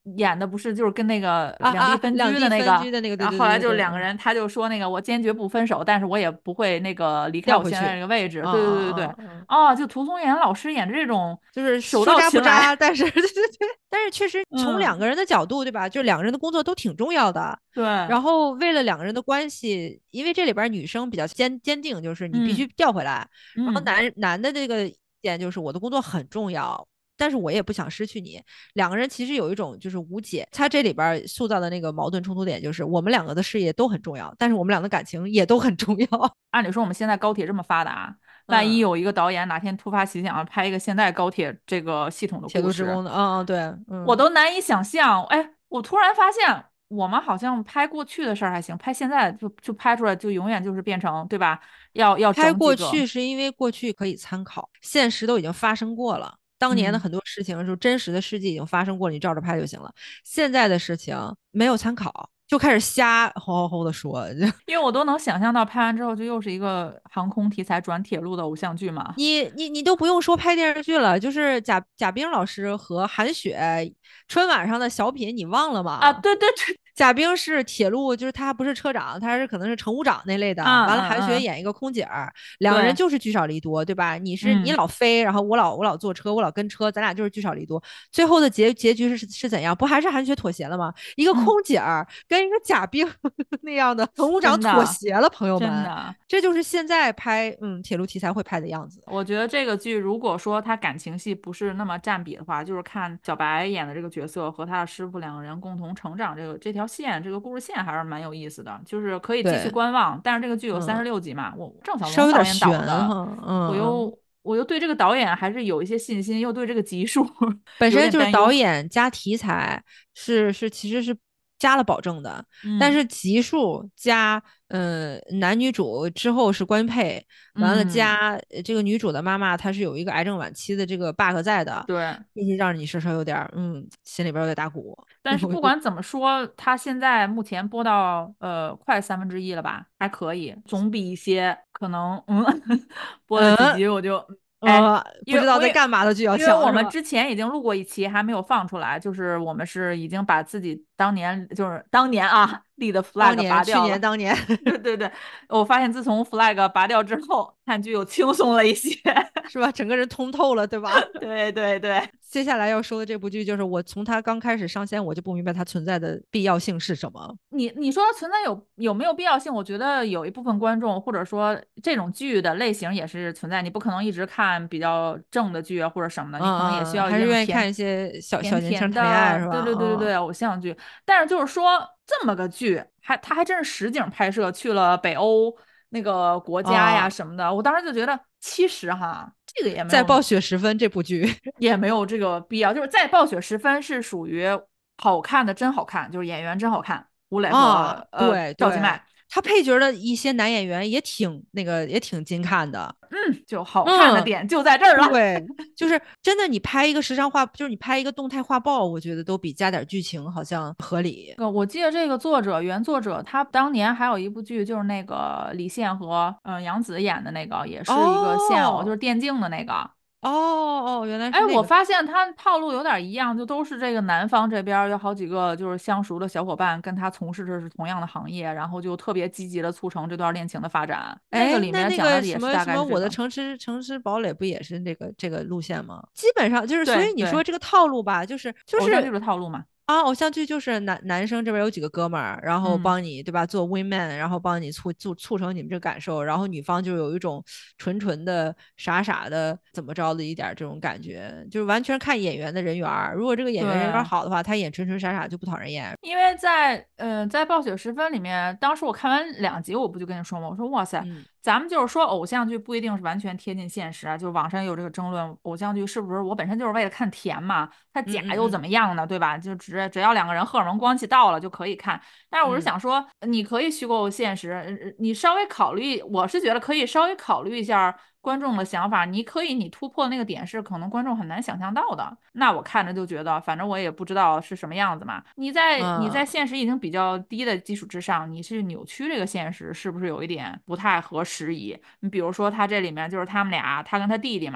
演的不是就是跟那个两地分两地分居的那个， 居的那个，对然后后来对对对， 就是两个人，他就说那个我坚决不分手，但是我也不会那个离开调回去， 我现在这个位置。对对对对对， 嗯， 哦，就涂松岩老师演这种就是手说渣不到擒来， 渣，但是对对对，但是确实从两嗯， 个人的角度，对吧？就两个人的工作都挺重要的。 对， 然后为了两个人的关系，因为这里边女生比较坚定，就是你必须嗯调回来。然后嗯。 男的这个点就是我的工作很重要，但是我也不想失去你。两个人其实有一种就是无解。他这里边塑造的那个矛盾冲突点就是我们两个的事业都很重要，但是我们俩的感情也都很重要。 按理说我们现在高铁这么发达，万一嗯， 有一个导演哪天突发奇想拍一个现代高铁这个系统的铁故事， 路职工的，对， 我都难以想象。哎，我突然发现，我们好像拍过去的事儿还行，拍现在就拍出来就永远就是变成对吧？要拍整几个， 过去是因为过去可以参考，现实都已经发生过了。当年的嗯。 很多事情，就真实的事迹已经发生过了，你照着拍就行了。现在的事情没有参考，就开始瞎吼吼吼的说。 因为我都能想象到拍完之后就又是一个航空题材转铁路的偶像剧嘛。 你都不用说拍电视剧了，就是贾冰老师和韩雪春晚上的小品，你忘了啊， 吗？ 对对对， 贾冰是铁路，就是他不是车长，他是可能是乘务长那类的。 嗯完了，韩雪嗯嗯， 演一个空姐儿，两个人对， 就是聚少离多，对吧？你嗯， 老飞，然后我老坐车，我老跟车，咱俩就是聚少离多。最后的结局是怎样？不还是韩雪妥协了吗？一个嗯， 空姐儿跟一个贾冰那样的乘务长真的妥协了，朋友们， 真的。 这就是现在拍铁路题材会拍的样子。 我觉得这个剧如果说他感情戏不是那么占比的话，就是看小白演的这个角色和他的师傅两个人共同成长这条线，这个故事线还是蛮有意思的，就是可以继续对， 观望。但是这个剧有嗯， 36集嘛，我郑晓稍微有点龙导演悬导的， 哈， 我又对这个导演还是有一些信心，又对这个集数有本身就是点担忧。 导演加题材其实是加了保证的，但嗯是集数加男女主之后是官配，完了嗯， 加这个女主的妈妈她是有一个癌症晚期的这个 bug 在的， 对。 这些让你稍稍有点心里边有点打鼓。 但是不管怎么说，他现在目前播到快1/3了吧，还可以，总比一些可能播了几嗯集我就哎，因不知道在为我也干嘛的剧要因为我强是吧？ 们之前已经录过一期，还没有放出来，就是我们是已经把自己当年啊立的当 flag 年去拔掉了。 年当年对对对，我发现自从 flag 拔掉之后，看剧又轻松了一些。 是吧？整个人通透了，对吧？ 对对对。 接下来要说的这部剧，就是我从它刚开始上线，我就不明白它存在的必要性是什么。 你说存在有没有必要性？我觉得有一部分观众或者说这种剧的类型也是存在，你不可能一直看比较正的剧啊或者什么的，你可能也需要一还是定甜愿意看一些小甜年轻甜的， 谈恋爱是吧？ 对对对对对，偶像剧。但是就是说这么个剧，它还真是实景拍摄，去了北欧那个国家呀啊， 什么的，我当时就觉得其实哈，这个也没在暴有雪时分这部剧这个必要，就是在暴雪时分是属于好看的真好看，就是演员真好看，吴磊和对对， 赵今麦。 他配角的一些男演员也挺也挺金看的。 就好看的嗯， 点就在这儿了。 对，就是真的，你拍一个时尚画，就是你拍一个动态画报，我觉得都比加点剧情好像合理。 我记得这个原作者，他当年还有一部剧，就是那个李现和杨紫演的那个，也是一个现偶，就是哦电竞的那个。 原来哎， 是那个。 我发现他套路有点一样，就都是这个南方这边儿有好几个就是相熟的小伙伴，跟他从事的是同样的行业，然后就特别积极的促成这段恋情的发展。那个哎， 里面讲的那个也是大什么，我的概是这个。 城池堡垒不也是这个路线吗？基本上就是，所以你对对， 说这个套路吧，就是偶像剧的套路嘛。 偶像剧就是男生这边有几个哥们儿，然后嗯。 帮你对吧做 win man，然后帮你促成你们这个感受，然后女方就有一种纯纯的傻傻的怎么着的一点这种感觉，就是完全看演员的人缘儿。如果这个演员人缘儿对。 好的话，他演纯纯傻傻就不讨人厌。 因为在暴雪时分里面，当时我看完2集，我不就跟你说吗？我说哇塞， 嗯咱们就是说偶像剧不一定是完全贴近现实啊，就是网上有这个争论，偶像剧是不是我本身就是为了看甜嘛？它假又怎嗯嗯么样呢？对吧？就只要两个人荷尔蒙关系到了就可以看。但是我是嗯想说，你可以虚构现实，你稍微考虑，我是觉得可以稍微考虑一下观众的想法，你突破那个点是可能观众很难想象到的。那我看着就觉得，反正我也不知道是什么样子嘛。你在现实已经比较低的基础之上，你是扭曲这个现实，是不是有一点不太合时宜？你比如说他这里面就是他们俩，他跟他弟弟嘛。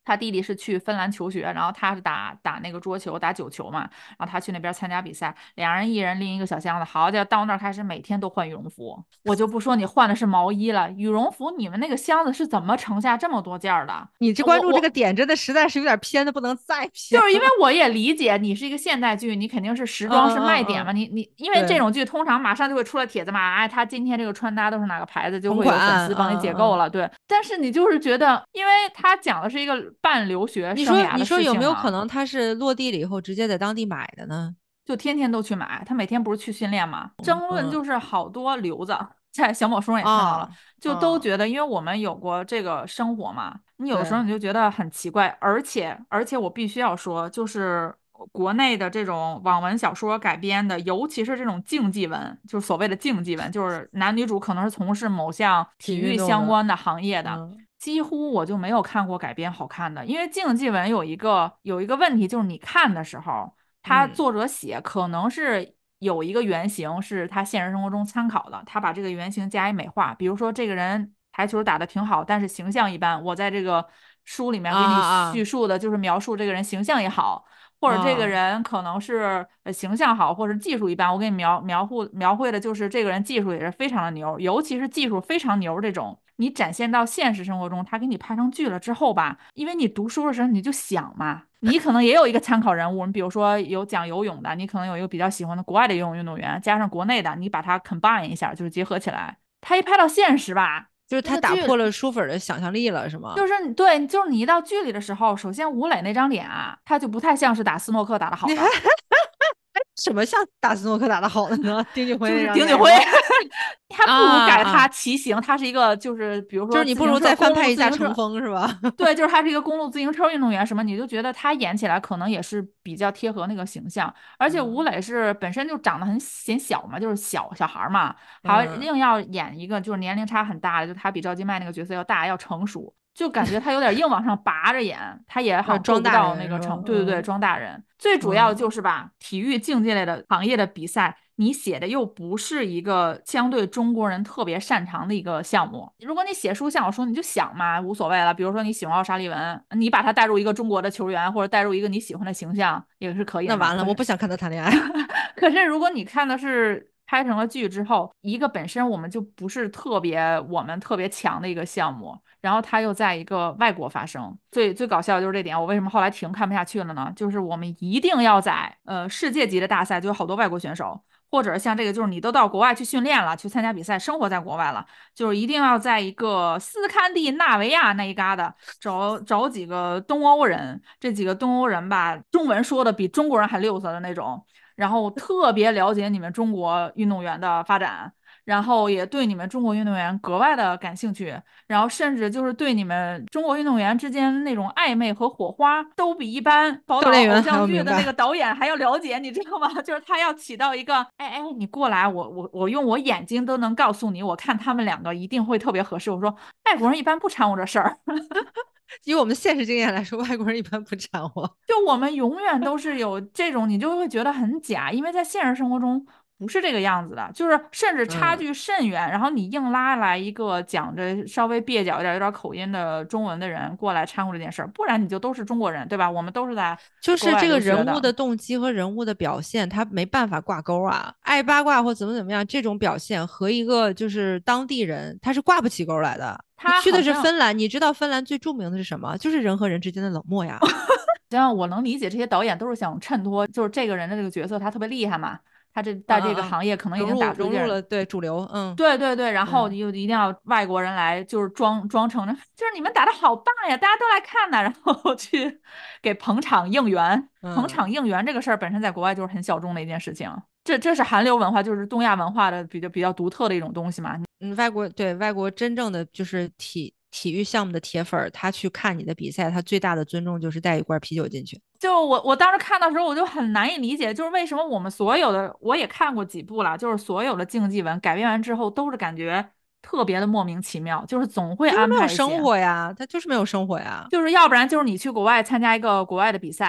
他弟弟是去芬兰求学，然后他是打那个桌球，打九球嘛，然后他去那边参加比赛，两人一人拎一个小箱子，好家伙，到那儿开始每天都换羽绒服，我就不说你换的是毛衣了，羽绒服你们那个箱子是怎么盛下这么多件的？ 你这关注这个点真的实在是有点偏的不能再偏， 就是因为我也理解你是一个现代剧，你肯定是时装是卖点嘛，你因为这种剧通常马上就会出来帖子嘛，哎，他今天这个穿搭都是哪个牌子，就会有粉丝帮你解构了，对。但是你就是觉得，因为他讲的是一个半留学生涯的事情， 你说有没有可能他是落地了以后直接在当地买的呢？ 就天天都去买，他每天不是去训练吗？争论就是好多留子在小某书上也看到了，就都觉得，因为我们有过这个生活嘛，你有的时候你就觉得很奇怪，而且我必须要说，就是国内的这种网文小说改编的，尤其是这种竞技文，就是所谓的竞技文，就是男女主可能是从事某项体育相关的行业的。几乎我就没有看过改编好看的，因为竞技文有一个问题，就是你看的时候，他作者写可能是有一个原型是他现实生活中参考的，他把这个原型加以美化，比如说这个人台球打得挺好，但是形象一般，我在这个书里面给你叙述的就是描述这个人形象也好，或者这个人可能是形象好，或者技术一般，我给你描绘的就是这个人技术也是非常的牛，尤其是技术非常牛这种。你展现到现实生活中，他给你拍成剧了之后吧，因为你读书的时候你就想嘛，你可能也有一个参考人物，你比如说有讲游泳的，你可能有一个比较喜欢的国外的游泳运动员，加上国内的，你把它 combine 一下，就是结合起来，他一拍到现实吧， 就是他打破了书粉的想象力了，是吗？ 就是对，就是你一到剧里的时候，首先吴磊那张脸啊，他就不太像是打斯诺克打的好的。 什么像打斯诺克打的好的呢？丁俊晖就是丁俊晖，他不如改他骑行，他是一个就是比如说， 就是你不如再翻拍一下乘风是吧？ 对，就是他是一个公路自行车运动员什么，你就觉得他演起来可能也是比较贴合那个形象。而且吴磊是本身就长得很显小嘛，就是小孩嘛，还硬要演一个就是年龄差很大的，就他比赵今麦那个角色要大要成熟。就感觉他有点硬往上拔着演，他也好像做不到那个程，对对对，装大人。最主要就是吧，体育竞技类的行业的比赛，你写的又不是一个相对中国人特别擅长的一个项目。如果你写书像我说，你就想嘛，无所谓了。比如说你喜欢奥沙利文，你把他带入一个中国的球员，或者带入一个你喜欢的形象，也是可以的。 那完了，我不想看他谈恋爱。 可是如果你看的是拍成了剧之后，一个本身我们就不是特别强的一个项目。然后他又在一个外国发生，最搞笑的就是这点。我为什么后来看不下去了呢？就是我们一定要在世界级的大赛，就有好多外国选手，或者像这个就是你都到国外去训练了，去参加比赛，生活在国外了，就是一定要在一个斯堪的纳维亚那一旮瘩找几个东欧人，这几个东欧人吧，中文说的比中国人还溜索的那种，然后特别了解你们中国运动员的发展。然后也对你们中国运动员格外的感兴趣，然后甚至就是对你们中国运动员之间那种暧昧和火花，都比一般报道偶像剧的那个导演还要了解，你知道吗？就是他要起到一个，哎，你过来，我用我眼睛都能告诉你，我看他们两个一定会特别合适。我说外国人一般不掺和这事儿。 以我们现实经验来说，外国人一般不掺和。 就我们永远都是有这种，你就会觉得很假，因为在现实生活中不是这个样子的，就是甚至差距甚远。然后你硬拉来一个讲着稍微蹩脚一点、有点口音的中文的人过来掺和这件事儿，不然你就都是中国人，对吧？我们都是在就是这个人物的动机和人物的表现，他没办法挂钩啊。爱八卦或怎么样，这种表现和一个就是当地人，他是挂不起钩来的。他去的是芬兰，你知道芬兰最著名的是什么？就是人和人之间的冷漠呀。 这样我能理解，这些导演都是想衬托，就是这个人的这个角色他特别厉害嘛，他在这个行业可能已经打出融入了对主流， 对对对，然后又一定要外国人来，就是装成就是你们打得好棒呀，大家都来看呢，然后去给捧场应援。捧场应援这个事儿本身在国外就是很小众的一件事情，这是韩流文化，就是东亚文化的比较独特的一种东西嘛。 外国真正的就是体育项目的铁粉，他去看你的比赛，他最大的尊重就是带一罐啤酒进去。 就我当时看的时候，我就很难以理解，就是为什么我们所有的，我也看过几部了，就是所有的竞技文改编完之后，都是感觉特别的莫名其妙，就是总会安排一些生活呀，他就是没有生活呀， 就是要不然就是你去国外参加一个国外的比赛，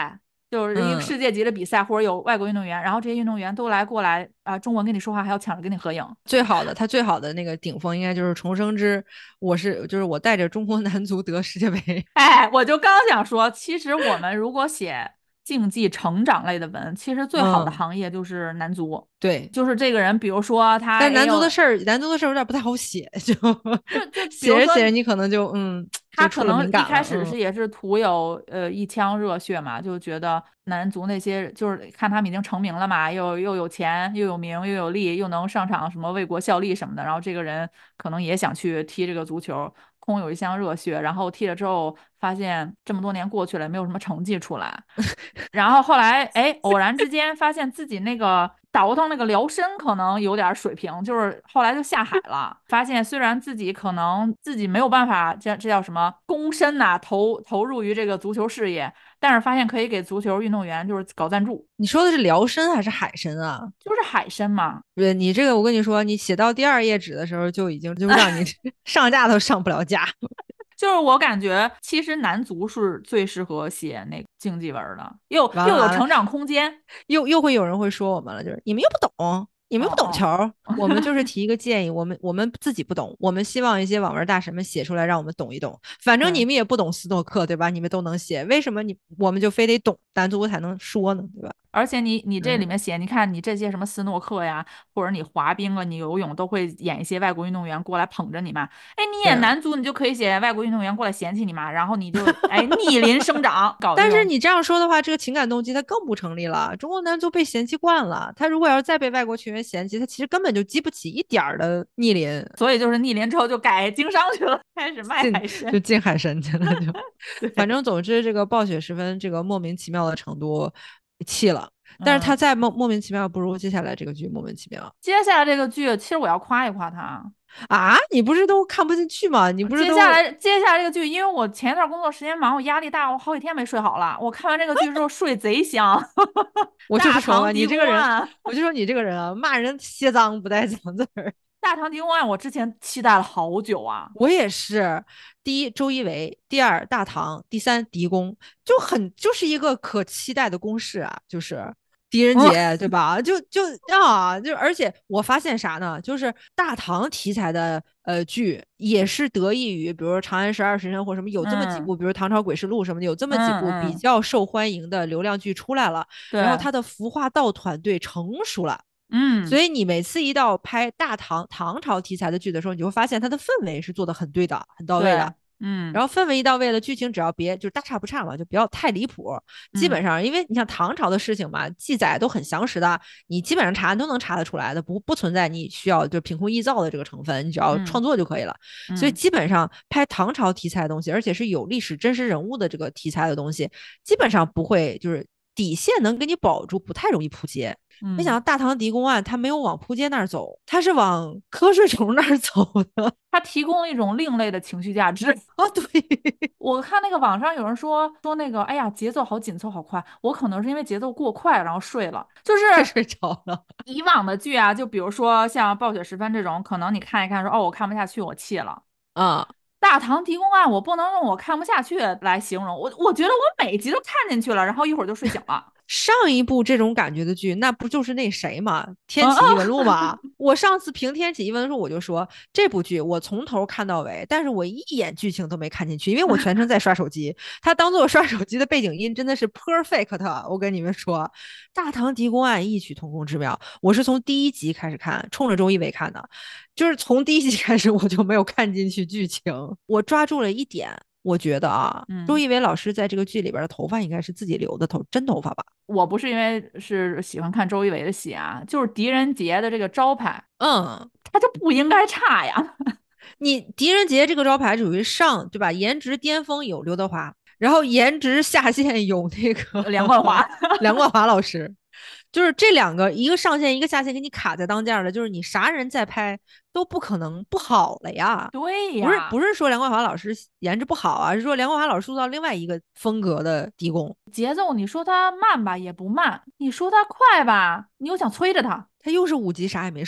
就是一个世界级的比赛，或者有外国运动员，然后这些运动员都过来啊，中文跟你说话，还要抢着跟你合影。 他最好的那个顶峰应该就是重生之就是我带着中国男足得世界杯。 哎，我就刚想说，其实我们如果写竞技成长类的文，其实最好的行业就是男足。 对， 就是这个人，比如说他， 但男足的事儿有点不太好写，就写着写着你可能就他可能一开始也是徒有一腔热血嘛，就觉得男足那些就是看他们已经成名了嘛，又有钱又有名又有利，又能上场什么为国效力什么的，然后这个人可能也想去踢这个足球，空有一腔热血，然后踢了之后发现这么多年过去了，没有什么成绩出来，然后后来偶然之间发现自己那个倒腾那个辽参可能有点水平，就是后来就下海了，发现虽然自己可能自己没有办法这叫什么躬身呐、投入于这个足球事业，但是发现可以给足球运动员就是搞赞助。 你说的是辽参还是海参啊？ 就是海参嘛。 对，你这个我跟你说，你写到第2页纸的时候就已经就让你上架都上不了架。 就是我感觉，其实男足是最适合写那个竞技文的，又有成长空间， 又会有人会说我们了，就是你们又不懂，你们又不懂球，我们就是提一个建议，我们自己不懂，我们希望一些网文大神们写出来，让我们懂一懂。反正你们也不懂斯诺克，对吧？你们都能写，为什么我们就非得懂男足才能说呢？对吧？ 而且你这里面写，你看你这些什么斯诺克呀，或者你滑冰啊，你游泳都会演一些外国运动员过来捧着你嘛。哎，你演男足，你就可以写外国运动员过来嫌弃你嘛，然后你就逆鳞生长。 但是你这样说的话，这个情感动机它更不成立了。中国男足被嫌弃惯了，他如果要是再被外国球员嫌弃，他其实根本就激不起一点的逆鳞。 所以就是逆鳞之后就改经商去了，开始卖海参， 就进海参去了就。反正总之这个暴雪时分这个莫名其妙的程度气了，但是他再莫名其妙不如接下来这个剧莫名其妙。 接下来这个剧其实我要夸一夸他啊，你不是都看不进去吗？你不是接下来这个剧，因为我前一段工作时间忙，我压力大，我好几天没睡好了。我看完这个剧之后睡贼香。 我就是说你这个人， 我就说你这个人啊，骂人歇脏不带脏字儿。 大唐狄公案我之前期待了好久啊， 我也是。第一周一围，第二大唐，第三狄公，就是一个可期待的公式啊，就是狄仁杰，对吧？就而且我发现啥呢？就是大唐题材的剧也是得益于，比如说《长安十二时辰》或什么，有这么几部，比如《唐朝诡事录》什么的，有这么几部比较受欢迎的流量剧出来了，然后它的服化道团队成熟了。所以你每次一到拍大唐朝题材的剧的时候，你就会发现它的氛围是做的很对的，很到位的。然后氛围一到位了，剧情只要别就是大差不差嘛，就不要太离谱。基本上，因为你像唐朝的事情嘛，记载都很详实的，你基本上查都能查得出来的，不存在你需要就凭空臆造的这个成分，你只要创作就可以了。所以基本上拍唐朝题材的东西，而且是有历史真实人物的这个题材的东西，基本上不会就是底线能给你保住，不太容易扑街。没想到大唐狄公案他没有往扑街那儿走，他是往瞌睡虫那儿走的。 他提供一种另类的情绪价值啊！对， 我看那个网上有人说那个，哎呀，节奏好紧凑，好快。我可能是因为节奏过快，然后睡了，就是睡着了。 以往的剧啊，就比如说像《暴雪时分》这种，可能你看一看说，哦，我看不下去，我弃了。大唐狄公案我不能用我看不下去来形容，我觉得我每集都看进去了，然后一会儿就睡醒了。 上一部这种感觉的剧，那不就是那谁吗？天启异闻录吗？我上次评天启异闻录，我就说这部剧我从头看到尾，但是我一眼剧情都没看进去，因为我全程在刷手机。它当做刷手机的背景音真的是 perfect。我跟你们说，大唐狄公案异曲同工之妙。我是从第1集开始看，冲着周一围看的，就是从第1集开始我就没有看进去剧情。我抓住了一点。我觉得啊，周一围老师在这个剧里边的头发应该是自己留的真头发吧？ 我不是因为是喜欢看周一围的戏啊，就是狄仁杰的这个招牌，他就不应该差呀。 你狄仁杰这个招牌属于上，对吧？颜值巅峰有刘德华，然后颜值下限有那个梁冠华， 梁冠华老师。就是这两个，一个上线一个下线，给你卡在当间的，就是你啥人再拍都不可能不好了呀。 对呀， 不是说梁冠华老师颜值不好啊，是说梁冠华老师塑造另外一个风格的狄公。 节奏你说他慢吧也不慢，你说他快吧你又想催着他， 他又是5集啥也没说。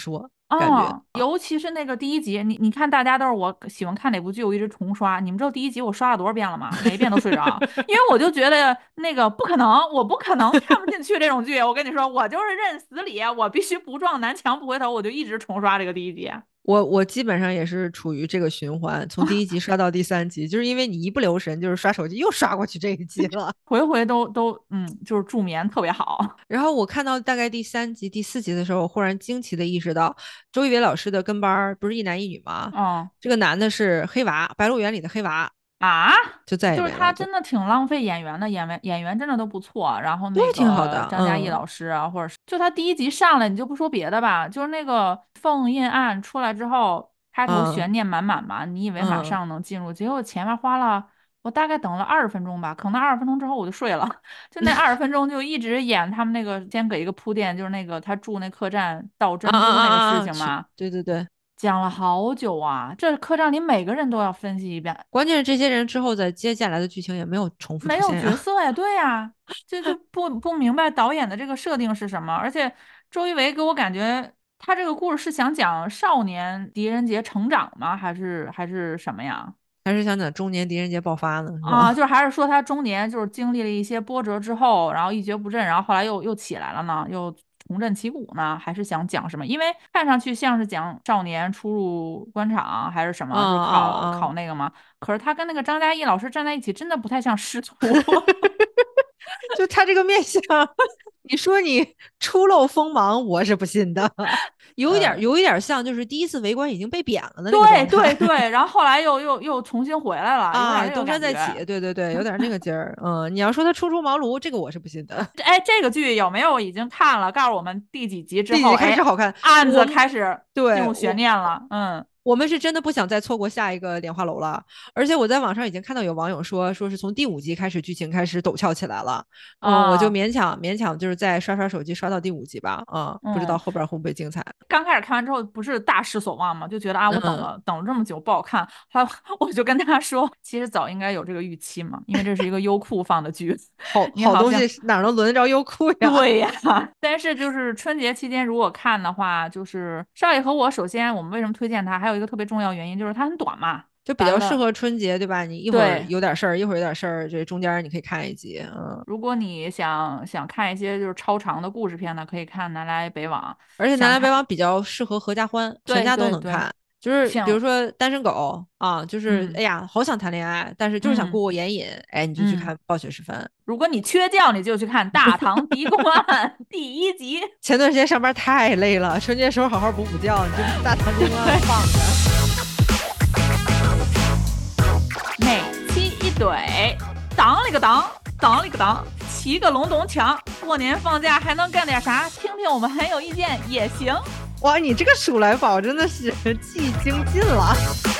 感觉。 尤其是那个第一集，你看大家都是我喜欢看哪部剧，我一直重刷。你们知道第一集我刷了多少遍了吗？每一遍都睡着，因为我就觉得那个不可能，我不可能看不进去这种剧。我跟你说，我就是认死理，我必须不撞南墙不回头，我就一直重刷这个第一集。 我基本上也是处于这个循环，从第一集刷到第3集，就是因为你一不留神，就是刷手机又刷过去这一集了， 回回都就是助眠特别好。 然后我看到大概第3集、第4集的时候，我忽然惊奇的意识到，周一围老师的跟班不是一男一女吗？这个男的是黑娃，《白鹿原》里的黑娃。 就是他真的挺浪费演员的，演员真的都不错。然后那个挺好的， 张嘉译老师啊，或者是就他第一集上来，你就不说别的吧，就是那个凤印案出来之后，开头悬念满满嘛，你以为马上能进入，结果前面花了我大概等了20分钟吧，可能20分钟之后我就睡了，就那20分钟就一直演他们那个先给一个铺垫，就是那个他住那客栈盗珍珠那个事情嘛。 对对对。 讲了好久啊，这客栈里每个人都要分析一遍， 关键是这些人之后在接下来的剧情也没有重复出现，没有角色呀，对呀，就不明白导演的这个设定是什么。而且周一围给我感觉他这个故事是想讲少年狄仁杰成长吗？还是什么呀？ 还是想讲中年狄仁杰爆发呢？ 就是还是说他中年就是经历了一些波折之后，然后一蹶不振，然后后来又起来了呢？又重振旗鼓呢？还是想讲什么？因为看上去像是讲少年初入官场还是什么，就是考那个嘛。可是他跟那个张嘉译老师站在一起，真的不太像师徒。 就他这个面相，你说你初露锋芒，我是不信的。有一点像，就是第一次围观已经被贬了的那个状态。 对，然后后来又重新回来了啊， 东山再起，对，有点那个劲儿。你要说他初出茅庐，这个我是不信的。 哎，这个剧有没有已经看了？告诉我们第几集之后， 第几集开始好看， 案子开始进入悬念了。 我们是真的不想再错过下一个莲花楼了，而且我在网上已经看到有网友说是从第5集开始剧情开始陡峭起来了，我就勉强就是再刷手机刷到第5集吧，不知道后边会不会精彩。 刚开始看完之后不是大失所望吗？就觉得我等了这么久不好看，后来我就跟他说，其实早应该有这个预期嘛，因为这是一个优酷放的剧， 好东西哪能轮得着优酷呀？ 对呀，但是就是春节期间如果看的话，就是少爷和我，首先我们为什么推荐它，还有一个特别重要原因就是它很短嘛， 就比较适合春节，对吧？你一会儿有点事儿，一会儿有点事儿，这中间你可以看一集。 如果你想看一些就是超长的故事片呢，可以看《南来北往》， 而且《南来北往》比较适合合家欢，全家都能看。就是比如说单身狗啊，就是哎呀，好想谈恋爱，但是就是想过过眼瘾，你就去看《暴雪时分》。 如果你缺觉，你就去看《大唐狄公案》第1集。 前段时间上班太累了，春节时候好好补觉，你就《大唐狄公案》放着。每期一怼，当了个当，7个隆咚锵。过年放假还能干点啥？听听我们很有意见也行。 哇，你这个数来宝真的是技精进了。